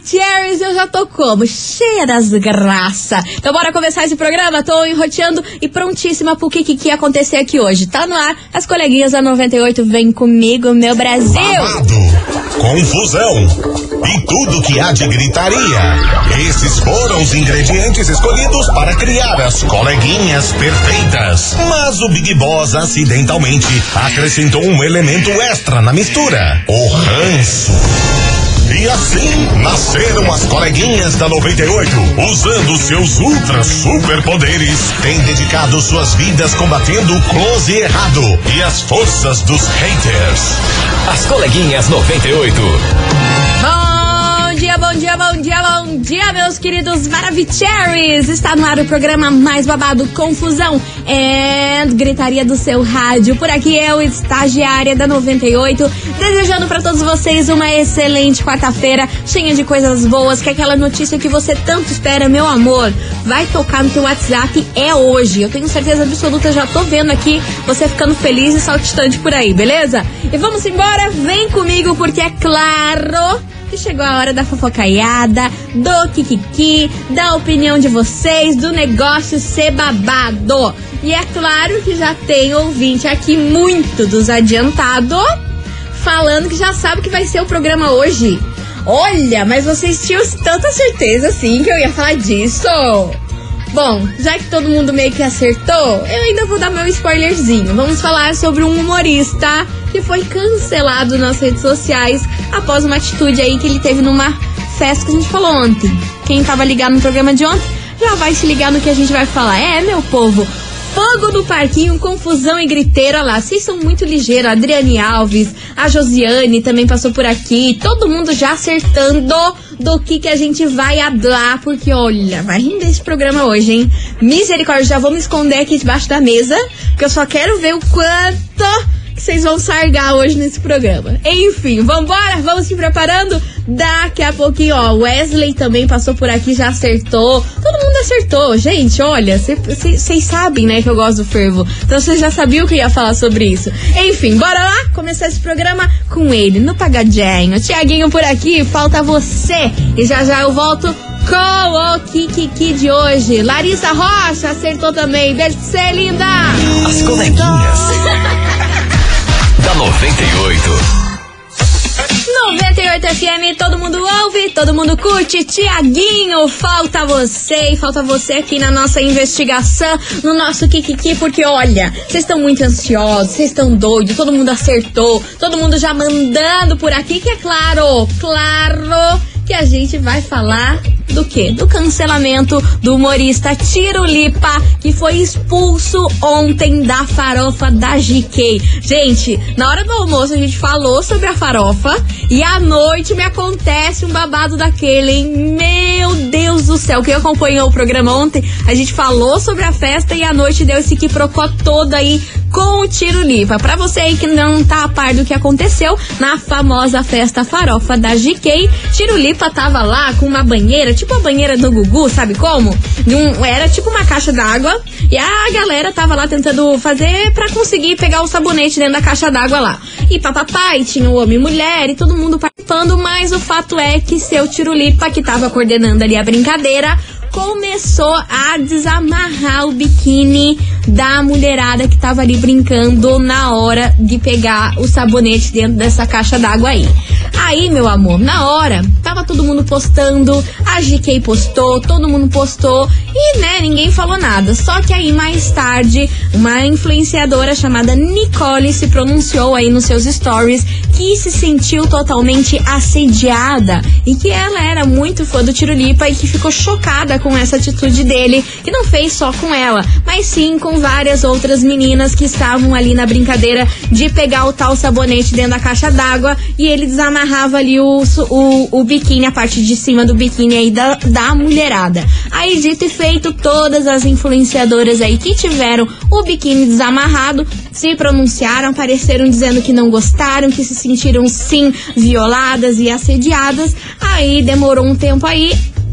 Maravicheries, eu já tô como? Cheia das graças. Então bora começar esse programa? Tô enroteando e prontíssima pro que acontecer aqui hoje. Tá no ar, as coleguinhas da 98, vem comigo, meu Brasil. Babado, confusão e tudo que há de gritaria. Esses foram os ingredientes escolhidos para criar as coleguinhas perfeitas. Mas o Big Boss acidentalmente acrescentou um elemento extra na mistura: o ranço. E assim nasceram as coleguinhas da 98, usando seus ultra superpoderes, têm dedicado suas vidas combatendo o close e errado e as forças dos haters. As coleguinhas 98. Bom dia, meus queridos Maravicheries! Está no ar o programa mais babado, confusão e gritaria do seu rádio. Por aqui eu, estagiária da 98, desejando para todos vocês uma excelente quarta-feira, cheia de coisas boas, que é aquela notícia que você tanto espera, meu amor, vai tocar no teu WhatsApp, é hoje. Eu tenho certeza absoluta, já tô vendo aqui você ficando feliz e saltitante por aí, beleza? E vamos embora, vem comigo, porque é claro que chegou a hora da fofocaiada, do kikiki, da opinião de vocês, do negócio ser babado. E é claro que já tem ouvinte aqui muito dos adiantado, falando que já sabe que vai ser o programa hoje. Olha, mas vocês tinham tanta certeza assim que eu ia falar disso? Bom, já que todo mundo meio que acertou, eu ainda vou dar meu spoilerzinho. Vamos falar sobre um humorista que foi cancelado nas redes sociais após uma atitude aí que ele teve numa festa que a gente falou ontem. Quem tava ligado no programa de ontem já vai se ligar no que a gente vai falar. É, meu povo, fogo no parquinho, confusão e griteira lá. Vocês são muito ligeiros. A Adriane Alves, a Josiane também passou por aqui. Todo mundo já acertando do que a gente vai hablar. Porque, olha, vai render esse programa hoje, hein? Misericórdia, já vou me esconder aqui debaixo da mesa, porque eu só quero ver o quanto que vocês vão sargar hoje nesse programa. Enfim, vambora, vamos se preparando. Daqui a pouquinho, ó, Wesley também passou por aqui, já acertou. Todo mundo acertou. Gente, olha, vocês sabem, né, que eu gosto do fervo. Então vocês já sabiam que eu ia falar sobre isso. Enfim, bora lá começar esse programa com ele, no Pagadinho. Tiaguinho por aqui, falta você. E já eu volto com o Kikiki de hoje. Larissa Rocha acertou também. Beijo pra você, linda. As coleguinhas da 98. 98 FM, todo mundo ouve, todo mundo curte. Tiaguinho, falta você. E falta você aqui na nossa investigação, no nosso Kikiki, porque olha, vocês estão muito ansiosos, vocês estão doidos, todo mundo acertou, todo mundo já mandando por aqui, que é claro que a gente vai falar do quê? Do cancelamento do humorista Tirulipa, que foi expulso ontem da farofa da GK. Gente, na hora do almoço a gente falou sobre a farofa e à noite me acontece um babado daquele, hein? Meu Deus do céu, quem acompanhou o programa ontem, a gente falou sobre a festa e à noite deu esse quiprocó todo aí com o Tirulipa. Pra você aí que não tá a par do que aconteceu na famosa festa farofa da GK, Tirulipa tava lá com uma banheira, tipo a banheira do Gugu, sabe como? Era tipo uma caixa d'água e a galera tava lá tentando fazer pra conseguir pegar o sabonete dentro da caixa d'água lá. E papai, tinha o homem e mulher e todo mundo participando, mas o fato é que seu Tirulipa, que tava coordenando ali a brincadeira, começou a desamarrar o biquíni da mulherada que tava ali brincando na hora de pegar o sabonete dentro dessa caixa d'água aí. Aí, meu amor, na hora, tava todo mundo postando, a GK postou, todo mundo postou e, né, ninguém falou nada. Só que aí, mais tarde, uma influenciadora chamada Nicole se pronunciou aí nos seus stories que se sentiu totalmente assediada e que ela era muito fã do Tirulipa e que ficou chocada com essa atitude dele, que não fez só com ela, mas sim com várias outras meninas que estavam ali na brincadeira de pegar o tal sabonete dentro da caixa d'água e ele desamarrava ali o biquíni, a parte de cima do biquíni aí da mulherada. Aí, dito e feito, todas as influenciadoras aí que tiveram o biquíni desamarrado se pronunciaram, apareceram dizendo que não gostaram, que se sentiram sim violadas e assediadas. Aí demorou um tempo aí,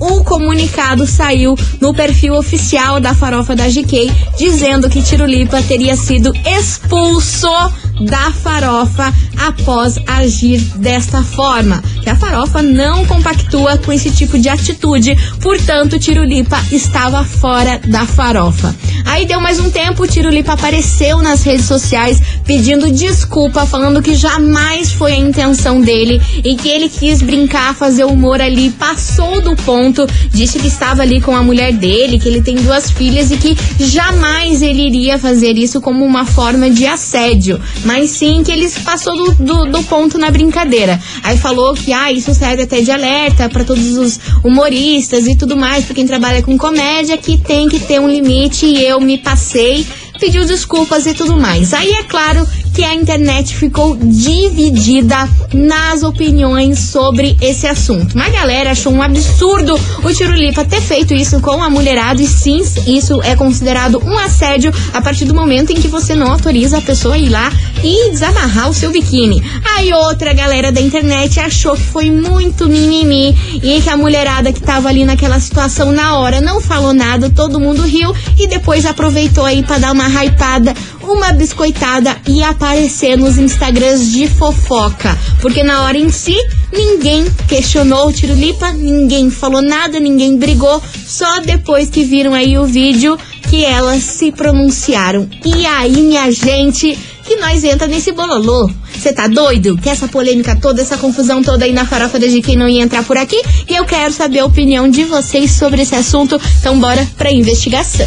o comunicado saiu no perfil oficial da Farofa da GK, dizendo que Tirulipa teria sido expulso da Farofa após agir desta forma, que a Farofa não compactua com esse tipo de atitude, portanto Tirulipa estava fora da Farofa. Aí deu mais um tempo, o Tirulipa apareceu nas redes sociais pedindo desculpa, falando que jamais foi a intenção dele e que ele quis brincar, fazer humor ali, passou do ponto, disse que estava ali com a mulher dele, que ele tem 2 filhas e que jamais ele iria fazer isso como uma forma de assédio, mas sim que ele passou do ponto na brincadeira. Aí falou que isso serve até de alerta para todos os humoristas e tudo mais, para quem trabalha com comédia, que tem que ter um limite, e eu me passei, pediu desculpas e tudo mais. Aí é claro que a internet ficou dividida nas opiniões sobre esse assunto. Uma galera achou um absurdo o Tirulipa ter feito isso com a mulherada, e sim, isso é considerado um assédio a partir do momento em que você não autoriza a pessoa a ir lá e desamarrar o seu biquíni. Aí outra galera da internet achou que foi muito mimimi e que a mulherada que tava ali naquela situação na hora não falou nada, todo mundo riu e depois aproveitou aí pra dar uma hypada, uma biscoitada e aparecer nos Instagrams de fofoca, porque na hora em si ninguém questionou o Tirulipa, ninguém falou nada, ninguém brigou, só depois que viram aí o vídeo que elas se pronunciaram. E aí, minha gente, que nós entra nesse bololô. Você tá doido? Que essa polêmica toda, essa confusão toda aí na Farofa da GK não ia entrar por aqui? E eu quero saber a opinião de vocês sobre esse assunto, então bora pra investigação.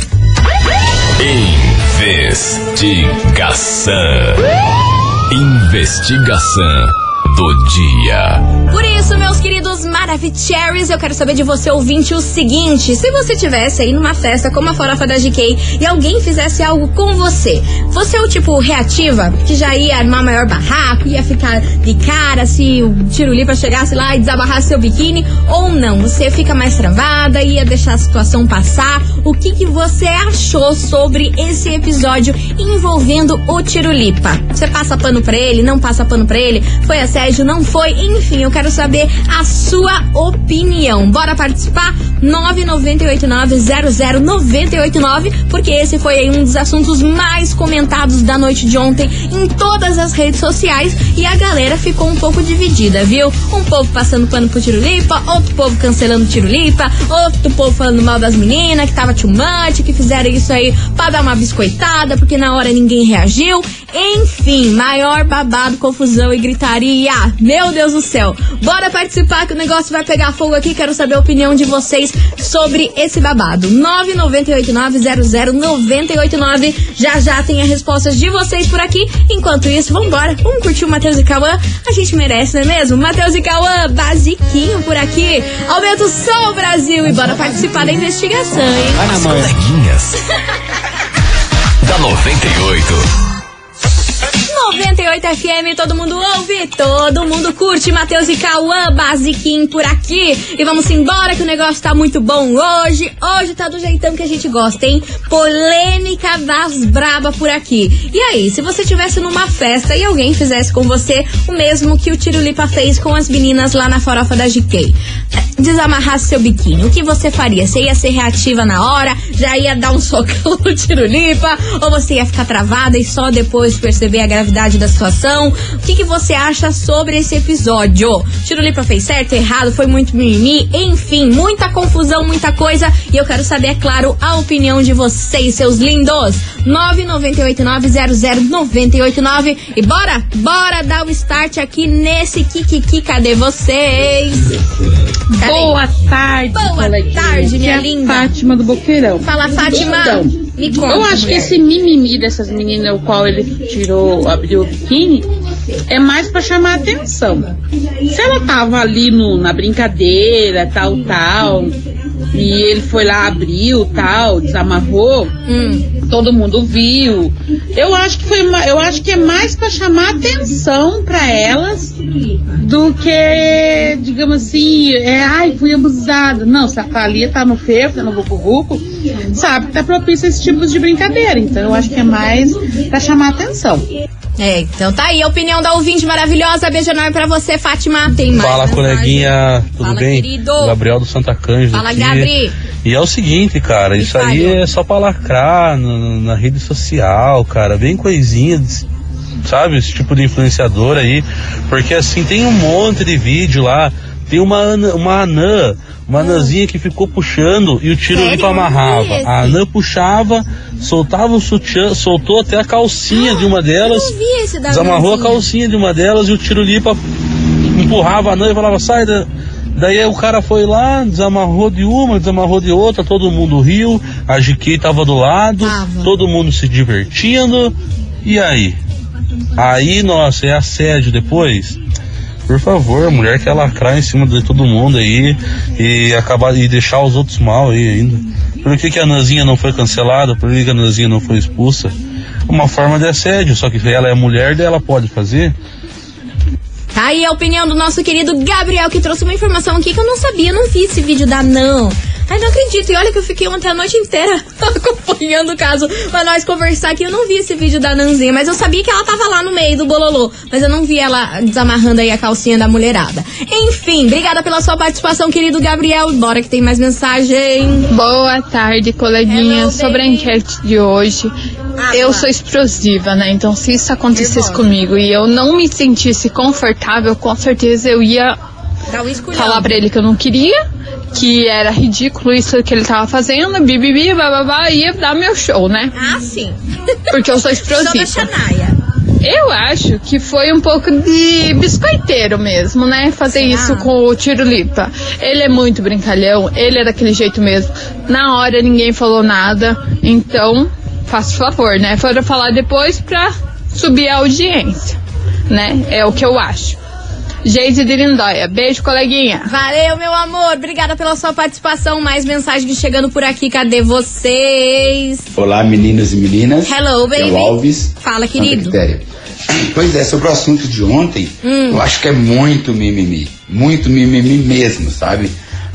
Investigação do dia. Por isso, meus queridos Maravicheries, eu quero saber de você, ouvinte, o seguinte: se você tivesse aí numa festa como a Farofa da GK e alguém fizesse algo com você, você é o tipo reativa, que já ia armar maior barraco, ia ficar de cara se o Tirulipa chegasse lá e desabarrasse seu biquíni, ou não? Você fica mais travada, ia deixar a situação passar? O que você achou sobre esse episódio envolvendo o Tirulipa? Você passa pano pra ele, não passa pano pra ele? Foi assédio, não foi? Enfim, eu quero saber a sua opinião. Bora participar? 998900989, porque esse foi aí um dos assuntos mais comentados da noite de ontem em todas as redes sociais, e a galera ficou um pouco dividida, viu? Um povo passando pano pro Tirulipa, outro povo cancelando o Tirulipa, outro povo falando mal das meninas, que tava too much, que fizeram isso aí pra dar uma biscoitada, porque na hora ninguém reagiu. Enfim, maior babado, confusão e gritaria. Meu Deus do céu. Bora participar que o negócio vai pegar fogo aqui. Quero saber a opinião de vocês sobre esse babado. 998900989. Já tem as respostas de vocês por aqui. Enquanto isso, vambora. Vamos curtir o Matheus e Cauã? A gente merece, não é mesmo? Matheus e Cauã, basiquinho por aqui. Aumenta o som, Brasil. E bora participar da investigação, hein? As coleguinhas da 98. 98 FM, todo mundo ouve, todo mundo curte. Matheus e Cauã, basiquinho por aqui. E vamos embora que o negócio tá muito bom hoje. Hoje tá do jeitão que a gente gosta, hein? Polêmica das braba por aqui. E aí, se você estivesse numa festa e alguém fizesse com você o mesmo que o Tirulipa fez com as meninas lá na Farofa da GK, desamarrasse seu biquíni, o que você faria? Você ia ser reativa na hora? Já ia dar um socão no Tirulipa? Ou você ia ficar travada e só depois perceber a gravidade da situação? O que você acha sobre esse episódio? Tirulipa fez certo, errado, foi muito mimimi? Enfim, muita confusão, muita coisa. E eu quero saber, é claro, a opinião de vocês, seus lindos. 998900989. E bora dar o start aqui nesse Kikiki. Cadê vocês? Cadê? Boa tarde, minha linda. Fátima do Boqueirão. Fala, Fátima. Então, me conta, eu acho que esse mimimi dessas meninas, o qual ele abriu o biquíni, é mais pra chamar a atenção. Se ela tava ali na brincadeira, tal, e ele foi lá, abriu, tal, desamarrou, todo mundo viu. Eu acho que é mais pra chamar atenção pra elas do que, digamos assim, fui abusada. Não, se a Thalia tá no fervo, tá no vucu-vucu, sabe que tá propício a esse tipo de brincadeira. Então eu acho que é mais pra chamar atenção. Então tá aí a opinião da ouvinte maravilhosa. Beijo enorme pra você, Fátima. Tem mais Fala, mensagem? coleguinha, tudo Fala, bem? querido. Gabriel do Santa Cândida. Fala, aqui. Gabri. E é o seguinte, cara, isso aí é só pra lacrar na rede social, cara, bem coisinha, sabe, esse tipo de influenciador aí, porque assim, tem um monte de vídeo lá, tem uma anãzinha que ficou puxando e o Tirolipa amarrava. A anã puxava, soltava o sutiã, soltou até a calcinha de uma delas, eu não vi esse da desamarrou anãzinha. a calcinha de uma delas e o Tirolipa empurrava a anã e falava, sai daí o cara foi lá, desamarrou de uma, desamarrou de outra, todo mundo riu, a GK tava do lado, todo mundo se divertindo, e aí? Aí, nossa, é assédio depois? Por favor, a mulher quer lacrar em cima de todo mundo aí e acabar e deixar os outros mal aí ainda. Por que a Nanzinha não foi cancelada? Por que a Nanzinha não foi expulsa? Uma forma de assédio, só que ela é mulher, daí ela pode fazer. Tá aí a opinião do nosso querido Gabriel, que trouxe uma informação aqui que eu não sabia, não vi esse vídeo da Nan. Ai, não acredito. E olha que eu fiquei ontem a noite inteira acompanhando o caso pra nós conversar aqui. Eu não vi esse vídeo da Nanzinha, mas eu sabia que ela tava lá no meio do bololô. Mas eu não vi ela desamarrando aí a calcinha da mulherada. Enfim, obrigada pela sua participação, querido Gabriel. Bora que tem mais mensagem. Boa tarde, coleguinha. Sobre a enquete de hoje, eu sou explosiva, né? Então, se isso acontecesse comigo e eu não me sentisse confortável, com certeza eu ia falar pra ele que eu não queria, que era ridículo isso que ele tava fazendo, bibibi, bababá, ia dar meu show, né? Ah, sim. Porque eu sou explosiva. Show da Xanaia. Eu acho que foi um pouco de biscoiteiro mesmo, né? Fazer isso com o Tirolipa. Ele é muito brincalhão, ele é daquele jeito mesmo. Na hora ninguém falou nada, então, faça o favor, né? Foram falar depois pra subir a audiência, né? É o que eu acho. Geise de Lindóia. Beijo, coleguinha. Valeu, meu amor. Obrigada pela sua participação. Mais mensagens chegando por aqui. Cadê vocês? Olá, meninos e meninas. Hello, baby. É o Alves. Fala, querido. Pois é, sobre o assunto de ontem, eu acho que é muito mimimi. Muito mimimi mesmo, sabe?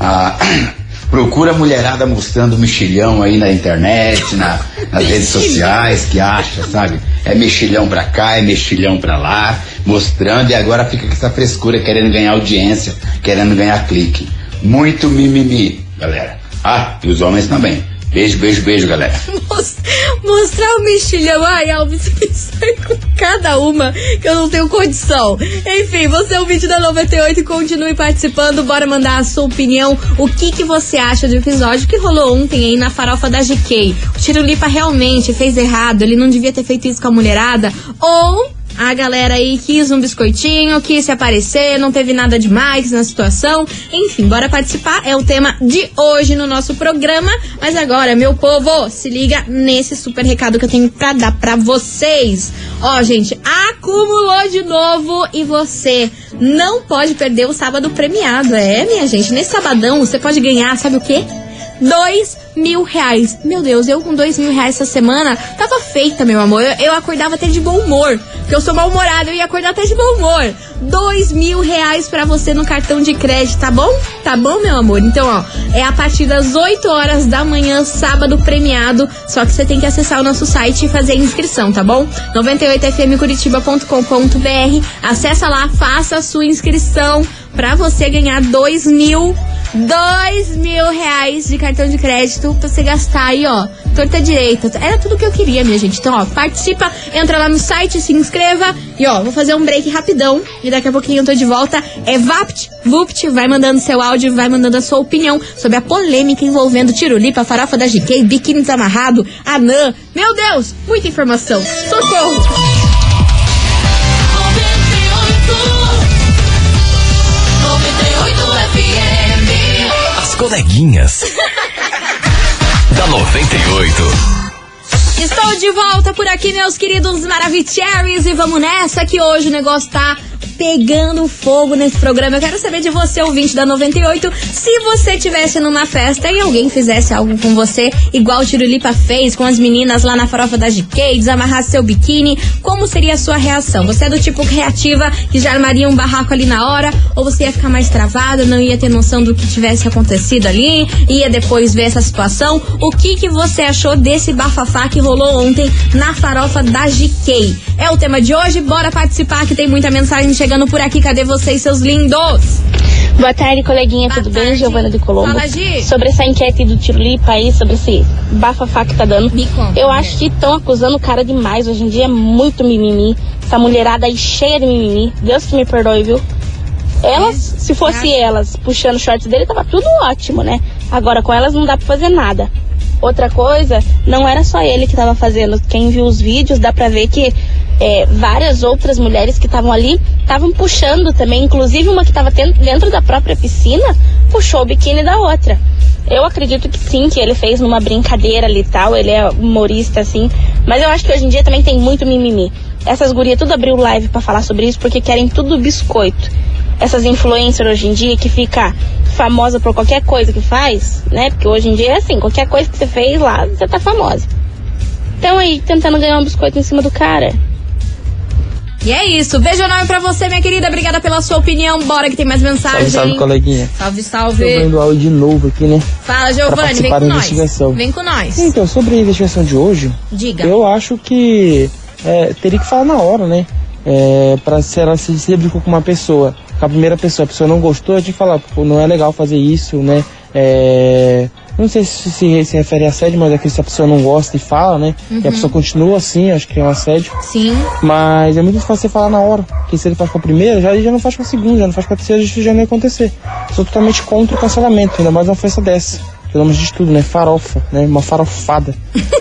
Procura a mulherada mostrando mexilhão aí na internet, nas redes sociais, que acha, sabe? É mexilhão pra cá, é mexilhão pra lá, mostrando, e agora fica com essa frescura, querendo ganhar audiência, querendo ganhar clique. Muito mimimi, galera. E os homens também. Beijo, beijo, beijo, galera. Mostrar o mexilhão. Ai, Alves, sai com cada uma que eu não tenho condição. Enfim, você é o vídeo da 98 e continue participando. Bora mandar a sua opinião. O que você acha do episódio que rolou ontem aí na farofa da GK? O Tirolipa realmente fez errado? Ele não devia ter feito isso com a mulherada? Ou a galera aí quis um biscoitinho, quis se aparecer, não teve nada demais na situação. Enfim, bora participar. É o tema de hoje no nosso programa. Mas agora, meu povo, se liga nesse super recado que eu tenho pra dar pra vocês. Ó, gente, acumulou de novo e você não pode perder o sábado premiado. É, minha gente, nesse sabadão você pode ganhar, sabe o quê? R$2.000. Meu Deus, eu com R$2.000 essa semana tava feita, meu amor. Eu acordava até de bom humor, porque eu sou mal-humorada, eu ia acordar até de bom humor. R$2.000 pra você no cartão de crédito, tá bom? Tá bom, meu amor? Então, ó, é a partir das 8 horas da manhã, sábado premiado. Só que você tem que acessar o nosso site e fazer a inscrição, tá bom? 98fmcuritiba.com.br. Acessa lá, faça a sua inscrição pra você ganhar R$2.000 de cartão de crédito pra você gastar aí, ó, torta direita. Era tudo que eu queria, minha gente. Então, ó, participa, entra lá no site, se inscreva e, ó, vou fazer um break rapidão e daqui a pouquinho eu tô de volta. É VaptVupt, vai mandando seu áudio, vai mandando a sua opinião sobre a polêmica envolvendo Tirolipa, farofa da GK, biquíni desamarrado, anã. Meu Deus, muita informação. Socorro! As coleguinhas da 98. Estou de volta por aqui, meus queridos Maravicheries, e vamos nessa que hoje o negócio tá pegando fogo nesse programa. Eu quero saber de você, ouvinte da 98, se você estivesse numa festa e alguém fizesse algo com você, igual o Tirulipa fez com as meninas lá na farofa da GK, desamarrasse seu biquíni, como seria a sua reação? Você é do tipo criativa que já armaria um barraco ali na hora, ou você ia ficar mais travada, não ia ter noção do que tivesse acontecido ali, ia depois ver essa situação? O que você achou desse bafafá que rolou ontem na farofa da GK? É o tema de hoje, bora participar que tem muita mensagem chegando por aqui. Cadê vocês, seus lindos? Boa tarde, coleguinha, tudo bem? Giovana de Colombo. Fala, Gi. Sobre essa enquete do Tirulipa aí, sobre esse bafafá que tá dando, eu acho que estão acusando o cara demais. Hoje em dia é muito mimimi. Essa mulherada aí cheia de mimimi. Deus que me perdoe, viu? Elas, se fosse elas puxando shorts dele, tava tudo ótimo, né? Agora com elas não dá pra fazer nada. Outra coisa, não era só ele que tava fazendo. Quem viu os vídeos, dá pra ver que várias outras mulheres que estavam ali estavam puxando também. Inclusive uma que estava dentro da própria piscina puxou o biquíni da outra. Eu acredito que sim, que ele fez numa brincadeira ali e tal. Ele é humorista, assim. Mas eu acho que hoje em dia também tem muito mimimi. Essas gurias tudo abriu live pra falar sobre isso porque querem tudo biscoito. Essas influencers hoje em dia que fica famosa por qualquer coisa que faz, né? Porque hoje em dia é assim, qualquer coisa que você fez lá, você tá famosa. Então aí, tentando ganhar um biscoito em cima do cara. E é isso, beijo enorme pra você, minha querida, obrigada pela sua opinião, bora que tem mais mensagem. Salve, coleguinha. Salve, salve. Tô vendo áudio de novo aqui, né? Fala, Giovani, vem com nós. Vem com nós. Então, sobre a investigação de hoje, diga. Eu acho que teria que falar na hora, né? Se ela se brincou com uma pessoa, com a primeira pessoa, a pessoa não gostou, tinha que falar, pô, não é legal fazer isso, né? Não sei se refere a assédio, mas é que se a pessoa não gosta e fala, né? E a pessoa continua assim, acho que é um assédio. Sim. Mas é muito fácil você falar na hora. Porque se ele faz com a primeira, ele já não faz com a segunda, já não faz com a terceira, isso já não ia acontecer. Sou totalmente contra o cancelamento, ainda mais uma festa dessa. Pelo menos de tudo, né? Farofa, né? Uma farofada.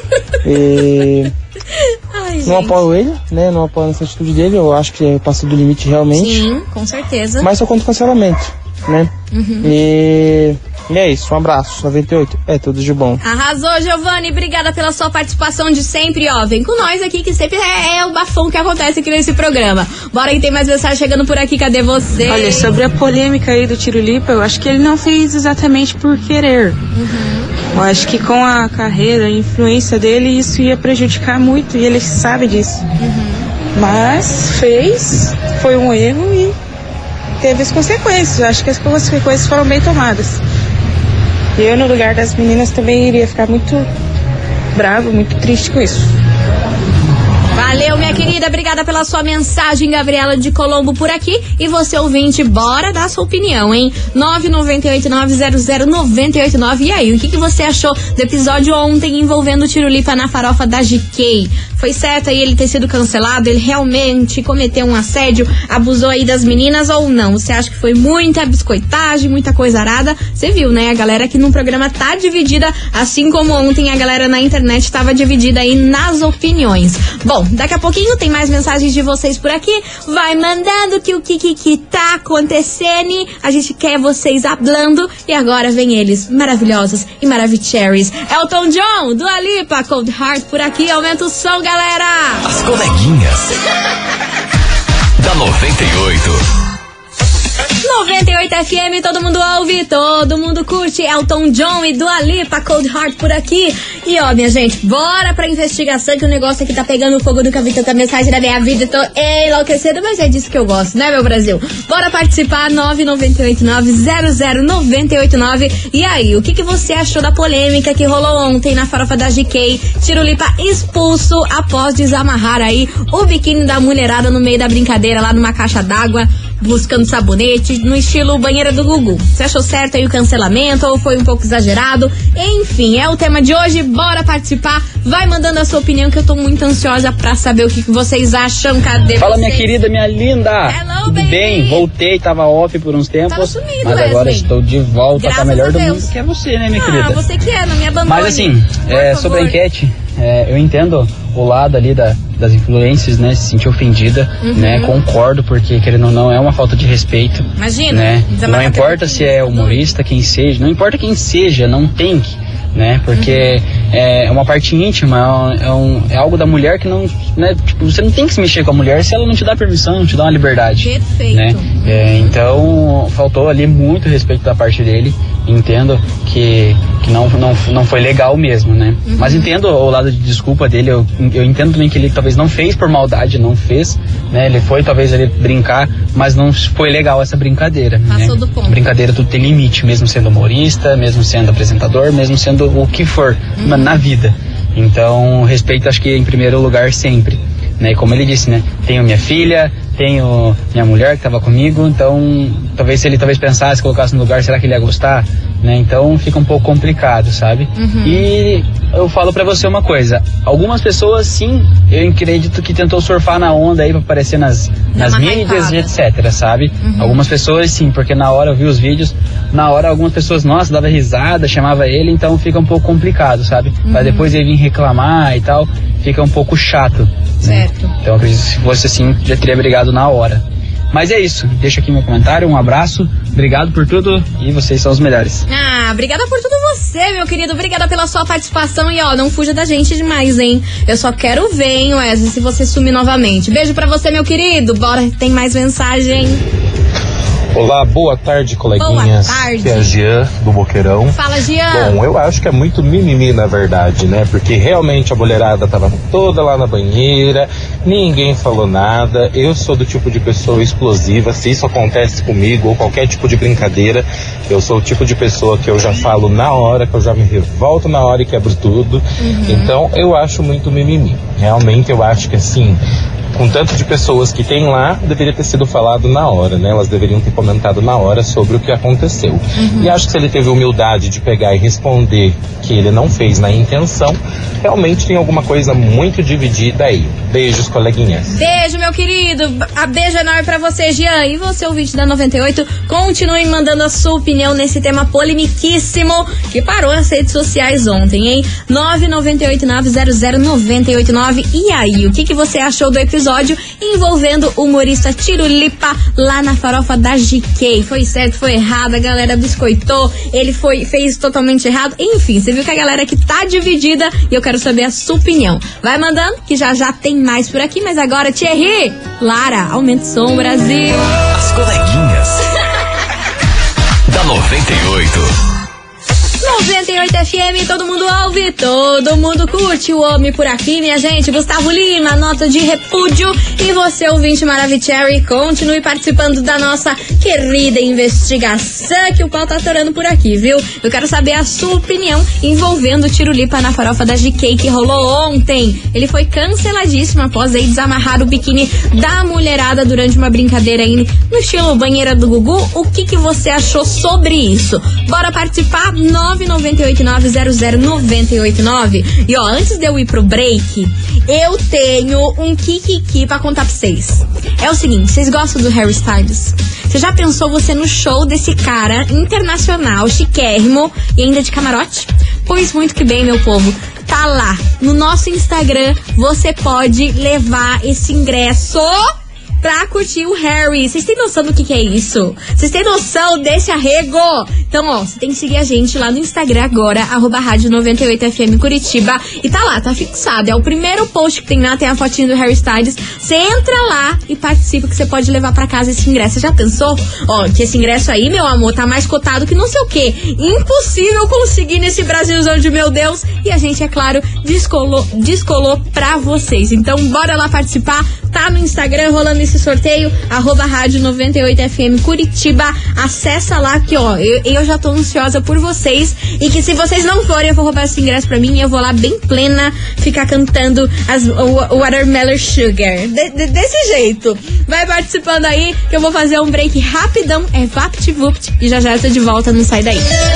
Ai, não apoio ele, né? Não apoio essa atitude dele, eu acho que passou do limite realmente. Sim, com certeza. Mas sou contra o cancelamento, né? E é isso, um abraço, 98, tudo de bom. Arrasou, Giovani, obrigada pela sua participação de sempre, ó, vem com nós aqui, que sempre é o bafão que acontece aqui nesse programa. Bora que tem mais mensagem chegando por aqui, cadê você? Olha, sobre a polêmica aí do Tirulipa, eu acho que ele não fez exatamente por querer. Eu acho que com a carreira, a influência dele, isso ia prejudicar muito, e ele sabe disso. Mas fez, foi um erro e teve as consequências. Eu acho que as consequências foram bem tomadas. Eu, no lugar das meninas, também iria ficar muito bravo, muito triste com isso. Valeu, minha querida, obrigada pela sua mensagem, Gabriela de Colombo por aqui. E você, ouvinte, bora dar sua opinião, hein? 998-900-989. E aí, o que você achou do episódio ontem envolvendo o Tirulipa na farofa da GK? Foi certo aí ele ter sido cancelado? Ele realmente cometeu um assédio, abusou aí das meninas ou não? Você acha que foi muita biscoitagem, muita coisa arada? Você viu, né? A galera aqui no programa tá dividida, assim como ontem a galera na internet tava dividida aí nas opiniões. Bom, daqui a pouquinho tem mais mensagens de vocês por aqui. Vai mandando que o que tá acontecendo. A gente quer vocês hablando. E agora vem eles, maravilhosos e maravicheries. Elton John, Dua Lipa, Cold Heart por aqui. Aumenta o som, galera. As coleguinhas da 98. 98 FM, todo mundo ouve, todo mundo curte. Elton John e Dua Lipa, Cold Heart por aqui. E ó, minha gente, bora pra investigação, que o negócio aqui tá pegando fogo. Nunca vi tanta mensagem na minha vida, tô enlouquecida, mas é disso que eu gosto, né, meu Brasil? Bora participar, 998900989. E aí, o que você achou da polêmica que rolou ontem na farofa da GK? Tirulipa expulso após desamarrar aí o biquíni da mulherada no meio da brincadeira lá numa caixa d'água, buscando sabonete, no estilo banheira do Gugu. Você achou certo aí o cancelamento ou foi um pouco exagerado? Enfim, é o tema de hoje, bora participar. Vai mandando a sua opinião que eu tô muito ansiosa pra saber o que vocês acham. Cadê Fala, vocês? minha querida, minha linda. Hello, tudo baby. bem? Voltei, tava off por uns tempos, tava sumido, mas agora Wesley. estou de volta, Graças tá melhor a do Deus. mundo que é você, né, minha querida? Você que é, não me abandone. Mas assim, sobre a enquete, eu entendo o lado ali das influências, né, se sentir ofendida, né, concordo, porque querendo ou não, é uma falta de respeito. Imagina, né? Não importa se é humorista, quem seja, não importa quem seja, não tem que né? Porque é uma parte íntima, é algo da mulher que não, né? Tipo, você não tem que se mexer com a mulher se ela não te dá permissão, não te dá uma liberdade. Perfeito. Né? Então, faltou ali muito respeito da parte dele. Entendo que não foi legal mesmo, né? Uhum. Mas entendo o lado de desculpa dele, eu entendo também que ele talvez não fez por maldade, não fez, né? Ele foi talvez ele brincar, mas não foi legal essa brincadeira. Passou né? do ponto. Brincadeira tudo tem limite, mesmo sendo humorista, mesmo sendo apresentador, mesmo sendo o que for na vida. Então, respeito acho que em primeiro lugar sempre. Né? E como ele disse, né? Tenho minha filha, tenho minha mulher que estava comigo, então se ele pensasse, colocasse no lugar, será que ele ia gostar? Né? Então fica um pouco complicado, sabe? Uhum. E eu falo pra você uma coisa, algumas pessoas sim, eu acredito que tentou surfar na onda aí pra aparecer nas mídias e etc, sabe? Uhum. Algumas pessoas sim, porque na hora eu vi os vídeos, na hora algumas pessoas, nossa, dava risada, chamava ele, então fica um pouco complicado, sabe? Uhum. Pra depois ele vir reclamar e tal, fica um pouco chato. Certo. Né? Então eu acredito que se fosse assim, já teria brigado na hora. Mas é isso, deixa aqui meu comentário, um abraço, obrigado por tudo e vocês são os melhores. Obrigada por tudo você, meu querido, obrigada pela sua participação e não fuja da gente demais, hein? Eu só quero ver, hein, Wesley, se você sumir novamente. Beijo pra você, meu querido, bora, tem mais mensagem. Olá, boa tarde, coleguinhas. Boa tarde. Que é a Jean, do Boqueirão. Fala, Jean. Bom, eu acho que é muito mimimi, na verdade, né? Porque realmente a mulherada tava toda lá na banheira, ninguém falou nada. Eu sou do tipo de pessoa explosiva, se isso acontece comigo ou qualquer tipo de brincadeira, eu sou o tipo de pessoa que eu já falo na hora, que eu já me revolto na hora e quebro tudo. Uhum. Então, eu acho muito mimimi. Realmente, eu acho que assim, com tanto de pessoas que tem lá, deveria ter sido falado na hora, né? Elas deveriam ter comentado na hora sobre o que aconteceu. Uhum. E acho que se ele teve humildade de pegar e responder que ele não fez na intenção, realmente tem alguma coisa muito dividida aí. Beijos, coleguinhas. Beijo, meu querido. Beijo enorme pra você, Jean. E você, ouvinte da 98, continue mandando a sua opinião nesse tema polemiquíssimo que parou nas redes sociais ontem, hein? 998900989. E aí, o que você achou do episódio envolvendo o humorista Tirulipa lá na farofa da GK? Foi certo, foi errado, a galera biscoitou, ele fez totalmente errado. Enfim, você viu que a galera que tá dividida e eu quero saber a sua opinião. Vai mandando, que já tem mais por aqui, mas agora, Thierry, Lara, aumenta o som, Brasil. As coleguinhas da 98. 98 FM, todo mundo ouve, todo mundo curte. O homem por aqui, minha gente, Gustavo Lima, nota de repúdio. E você, ouvinte Maravicherry, continue participando da nossa querida investigação, que o pau tá atorando por aqui, viu? Eu quero saber a sua opinião envolvendo o Tirulipa na farofa da GK que rolou ontem. Ele foi canceladíssimo após aí desamarrar o biquíni da mulherada durante uma brincadeira aí no estilo banheira do Gugu. O que você achou sobre isso? Bora participar? 998900989. E antes de eu ir pro break, eu tenho um kikiki pra contar pra vocês. É o seguinte, vocês gostam do Harry Styles? Você já pensou você no show desse cara internacional, chiquérrimo e ainda de camarote? Pois muito que bem, meu povo. Tá lá, no nosso Instagram, você pode levar esse ingresso pra curtir o Harry. Vocês têm noção do que é isso? Vocês têm noção desse arrego? Então, você tem que seguir a gente lá no Instagram agora, @rádio 98FM Curitiba. E tá lá, tá fixado. É o primeiro post que tem lá, tem a fotinha do Harry Styles. Você entra lá e participa, que você pode levar pra casa esse ingresso. Você já pensou? Que esse ingresso aí, meu amor, tá mais cotado que não sei o quê. Impossível conseguir nesse Brasilzão de meu Deus. E a gente, é claro, descolou pra vocês. Então, bora lá participar. Tá no Instagram rolando esse sorteio, @rádio 98FM Curitiba. Acessa lá que, eu já tô ansiosa por vocês. E que se vocês não forem, eu vou roubar esse ingresso pra mim e eu vou lá bem plena ficar cantando o Watermelon Sugar. Desse jeito. Vai participando aí que eu vou fazer um break rapidão. É VaptVupt. E já eu tô de volta, não sai daí.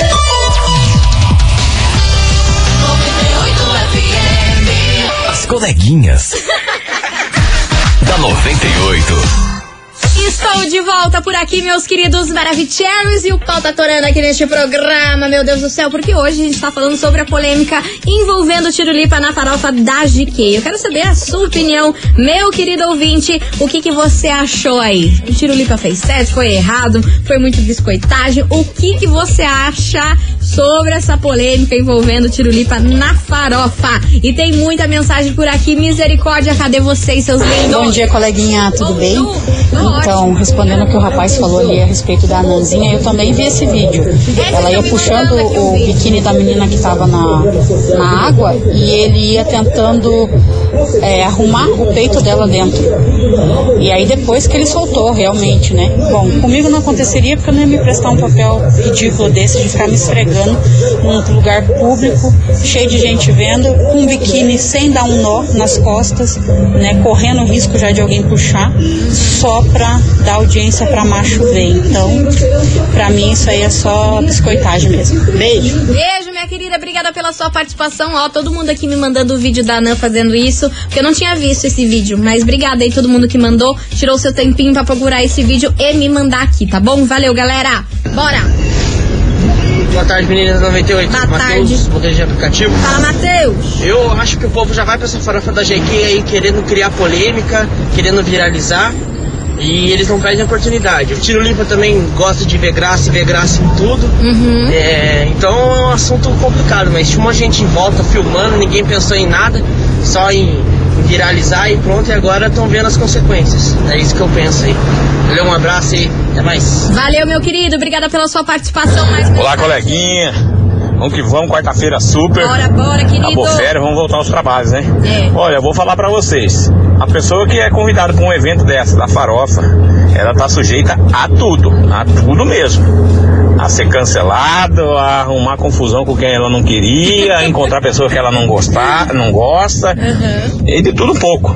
As coleguinhas da 98. Estou de volta por aqui, meus queridos Maravicheries, e o pau tá atorando aqui neste programa, meu Deus do céu, porque hoje a gente tá falando sobre a polêmica envolvendo o Tirulipa na farofa da GK. Eu quero saber a sua opinião, meu querido ouvinte, o que você achou aí? O Tirulipa fez certo, foi errado, foi muito biscoitagem? O que você acha sobre essa polêmica envolvendo Tirulipa na farofa. E tem muita mensagem por aqui. Misericórdia, cadê vocês, seus lindos? Bom dia, coleguinha, tudo bem? Então, respondendo o que o rapaz falou ali a respeito da Nanzinha, eu também vi esse vídeo. Ela ia puxando o biquíni da menina que estava na água e ele ia tentando arrumar o peito dela dentro. E aí depois que ele soltou, realmente, né? Bom, comigo não aconteceria porque eu não ia me prestar um papel ridículo desse de ficar me esfregando num lugar público, cheio de gente vendo, com um biquíni sem dar um nó nas costas, né? Correndo o risco já de alguém puxar, só pra dar audiência pra macho ver. Então, pra mim isso aí é só biscoitagem mesmo. Beijo. Beijo, minha querida, obrigada pela sua participação. Ó, todo mundo aqui me mandando o vídeo da Nan fazendo isso, porque eu não tinha visto esse vídeo, mas obrigada aí todo mundo que mandou, tirou seu tempinho pra procurar esse vídeo e me mandar aqui, tá bom? Valeu, galera. Bora! Boa tarde, meninas 98. Boa Matheus, tarde. motorista de aplicativo. Fala, Matheus. Eu acho que o povo já vai pra essa farofa da GQ aí querendo criar polêmica, querendo viralizar. E eles não perdem a oportunidade. O Tirulipa também gosta de ver graça e ver graça em tudo. Então é um assunto complicado, mas tinha uma gente em volta filmando, ninguém pensou em nada, só em viralizar e pronto, e agora estão vendo as consequências. É isso que eu penso aí. Valeu, um abraço e até mais. Valeu, meu querido, obrigada pela sua participação. Olá, coleguinha. Vamos que vamos, quarta-feira super. Bora, querido. Acabou férias, vamos voltar aos trabalhos, né? É. Olha, eu vou falar pra vocês. A pessoa que é convidada pra um evento dessa, da farofa, ela tá sujeita a tudo mesmo. A ser cancelado, a arrumar confusão com quem ela não queria, a encontrar pessoa que ela não gosta, e de tudo um pouco.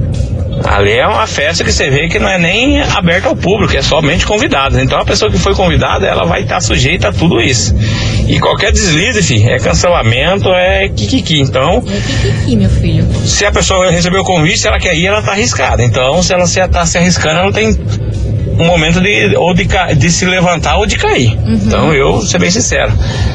Ali é uma festa que você vê que não é nem aberta ao público, é somente convidados. Então a pessoa que foi convidada, ela vai estar sujeita a tudo isso. E qualquer deslize, filho, é cancelamento, é kikiki. Então, kikiki, meu filho. Se a pessoa recebeu o convite, se ela quer ir, ela tá arriscada. Então, se ela está se arriscando, ela tem um momento de se levantar ou de cair. Então, eu vou ser bem sincero.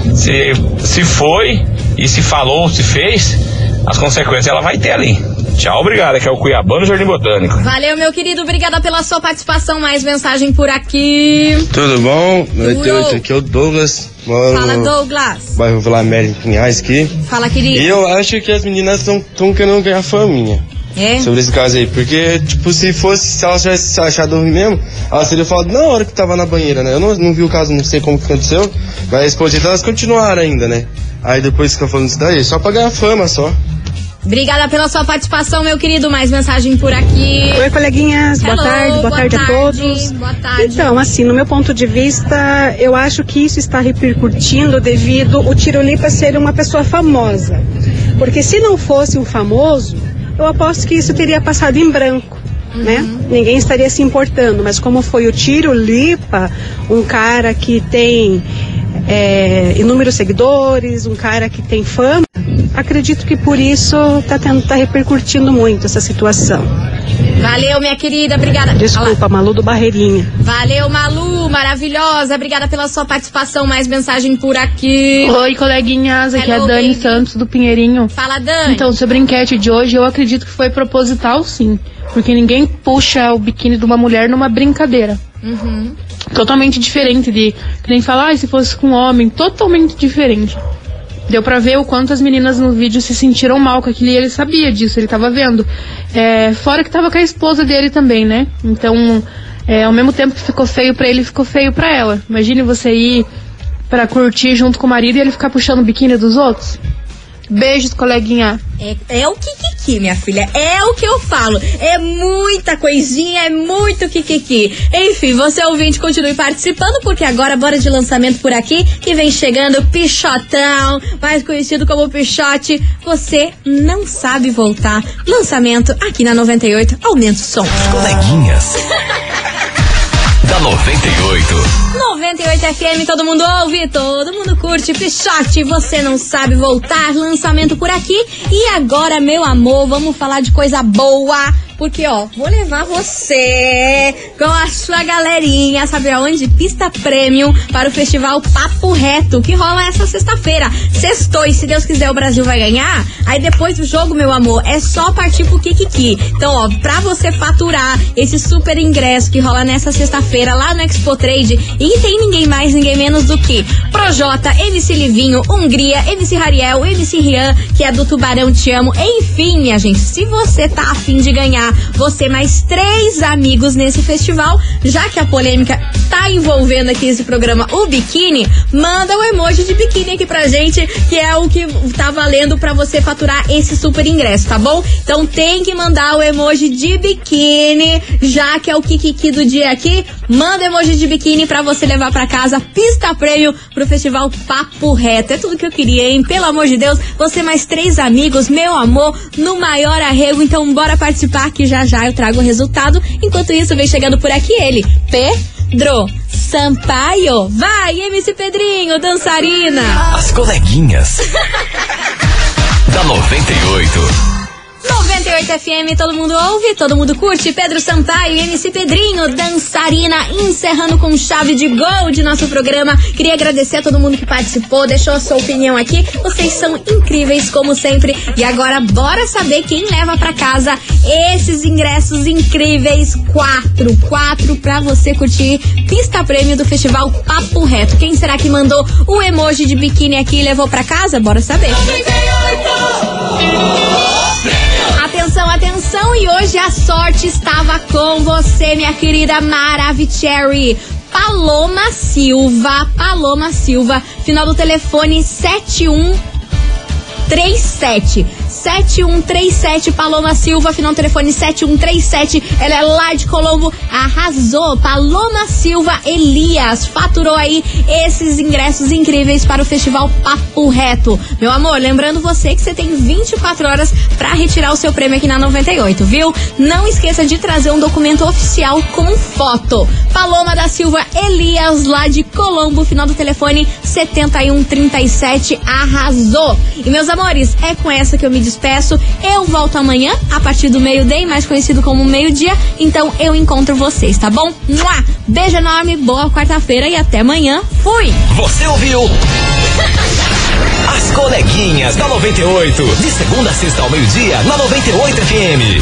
Se foi, e se falou, se fez, as consequências ela vai ter ali. Tchau, obrigado, que é o Cuiabano Jardim Botânico. Valeu, meu querido, obrigada pela sua participação. Mais mensagem por aqui. Tudo bom? 98, aqui é o Douglas. Fala, Douglas. Bairro Vila América, Pinhais aqui. Fala, querido. E eu acho que as meninas estão querendo ganhar faminha. Sobre esse caso aí, porque, tipo, se elas tivessem achado ruim mesmo, elas teriam falado na hora que tava na banheira, né? Eu não vi o caso, não sei como que aconteceu, mas, pô, elas continuaram ainda, né? Aí depois fica falando isso daí, só pra ganhar fama, só. Obrigada pela sua participação, meu querido. Mais mensagem por aqui. Oi, coleguinhas. Boa tarde a todos. Boa tarde. Então, assim, no meu ponto de vista, eu acho que isso está repercutindo devido o Tirulipa ser uma pessoa famosa. Porque se não fosse um famoso, eu aposto que isso teria passado em branco, né? Ninguém estaria se importando. Mas como foi o Tirulipa, um cara que tem inúmeros seguidores, um cara que tem fama, acredito que por isso tá repercutindo muito essa situação. Valeu, minha querida, obrigada. Desculpa, Malu do Barreirinha. Valeu, Malu, maravilhosa, obrigada pela sua participação. Mais mensagem por aqui. Oi, coleguinhas, aqui é a Dani Santos do Pinheirinho. Fala, Dani. Então, sobre a enquete de hoje, eu acredito que foi proposital, sim. Porque ninguém puxa o biquíni de uma mulher numa brincadeira. Totalmente diferente que nem falar, se fosse com um homem, totalmente diferente. Deu pra ver o quanto as meninas no vídeo se sentiram mal com aquilo, e ele sabia disso, ele tava vendo. Fora que tava com a esposa dele também, né? Então, ao mesmo tempo que ficou feio pra ele, ficou feio pra ela. Imagine você ir pra curtir junto com o marido e ele ficar puxando o biquíni dos outros. Beijos, coleguinha. É o kikiki, minha filha. É o que eu falo. É muita coisinha, é muito kikiki. Enfim, você ouvinte, continue participando, porque agora bora de lançamento por aqui, que vem chegando o Pichotão, mais conhecido como Pichote. Você não sabe voltar. Lançamento aqui na 98. Aumenta o som. As coleguinhas da 98. 98 FM, todo mundo ouve, todo mundo curte. Pichote, você não sabe voltar. Lançamento por aqui. E agora, meu amor, vamos falar de coisa boa. porque, ó, vou levar você com a sua galerinha, sabe aonde? Pista Premium para o Festival Papo Reto, que rola essa sexta-feira. Sextou, e se Deus quiser o Brasil vai ganhar. Aí depois do jogo, meu amor, é só partir pro Kikiki. Então, ó, pra você faturar esse super ingresso que rola nessa sexta-feira lá no Expo Trade, e tem ninguém mais, ninguém menos do que Projota, MC Livinho, Hungria, MC Rariel, MC Rian, que é do Tubarão Te Amo. Enfim, minha gente, se você tá afim de ganhar, você mais 3 amigos nesse festival, já que a polêmica tá envolvendo aqui esse programa, o biquíni, manda o emoji de biquíni aqui pra gente, que é o que tá valendo pra você faturar esse super ingresso, tá bom? Então tem que mandar o emoji de biquíni, já que é o Kikiki do dia aqui. Manda emoji de biquíni pra você levar pra casa Pista Prêmio pro Festival Papo Reto. É tudo que eu queria, hein? Pelo amor de Deus, você mais 3 amigos, meu amor, no maior arrego. Então bora participar que já já eu trago o resultado. Enquanto isso, vem chegando por aqui ele, Pedro Sampaio. Vai, MC Pedrinho, dançarina. As coleguinhas da 98. 98 FM, todo mundo ouve, todo mundo curte. Pedro Sampaio e MC Pedrinho, dançarina, encerrando com chave de gol de nosso programa. Queria agradecer a todo mundo que participou, deixou a sua opinião aqui. Vocês são incríveis, como sempre. E agora, bora saber quem leva pra casa esses ingressos incríveis. 4 pra você curtir Pista Prêmio do Festival Papo Reto. Quem será que mandou o emoji de biquíni aqui e levou pra casa? Bora saber. 98! Atenção, atenção, e hoje a sorte estava com você, minha querida Maravicherry. Paloma Silva, final do telefone 7137. 7137, Paloma Silva, final do telefone 7137. Ela é lá de Colombo, arrasou. Paloma Silva Elias faturou aí esses ingressos incríveis para o Festival Papo Reto. Meu amor, lembrando você que você tem 24 horas para retirar o seu prêmio aqui na 98, viu? Não esqueça de trazer um documento oficial com foto. Paloma da Silva Elias, lá de Colombo, final do telefone 7137, arrasou. E meus amores, é com essa que eu me despeço. Eu volto amanhã, a partir do meio-dia, mais conhecido como meio-dia. Então eu encontro vocês, tá bom? Mua! Beijo enorme, boa quarta-feira e até amanhã. Fui! Você ouviu? As coleguinhas da 98. De segunda a sexta ao meio-dia, na 98 FM.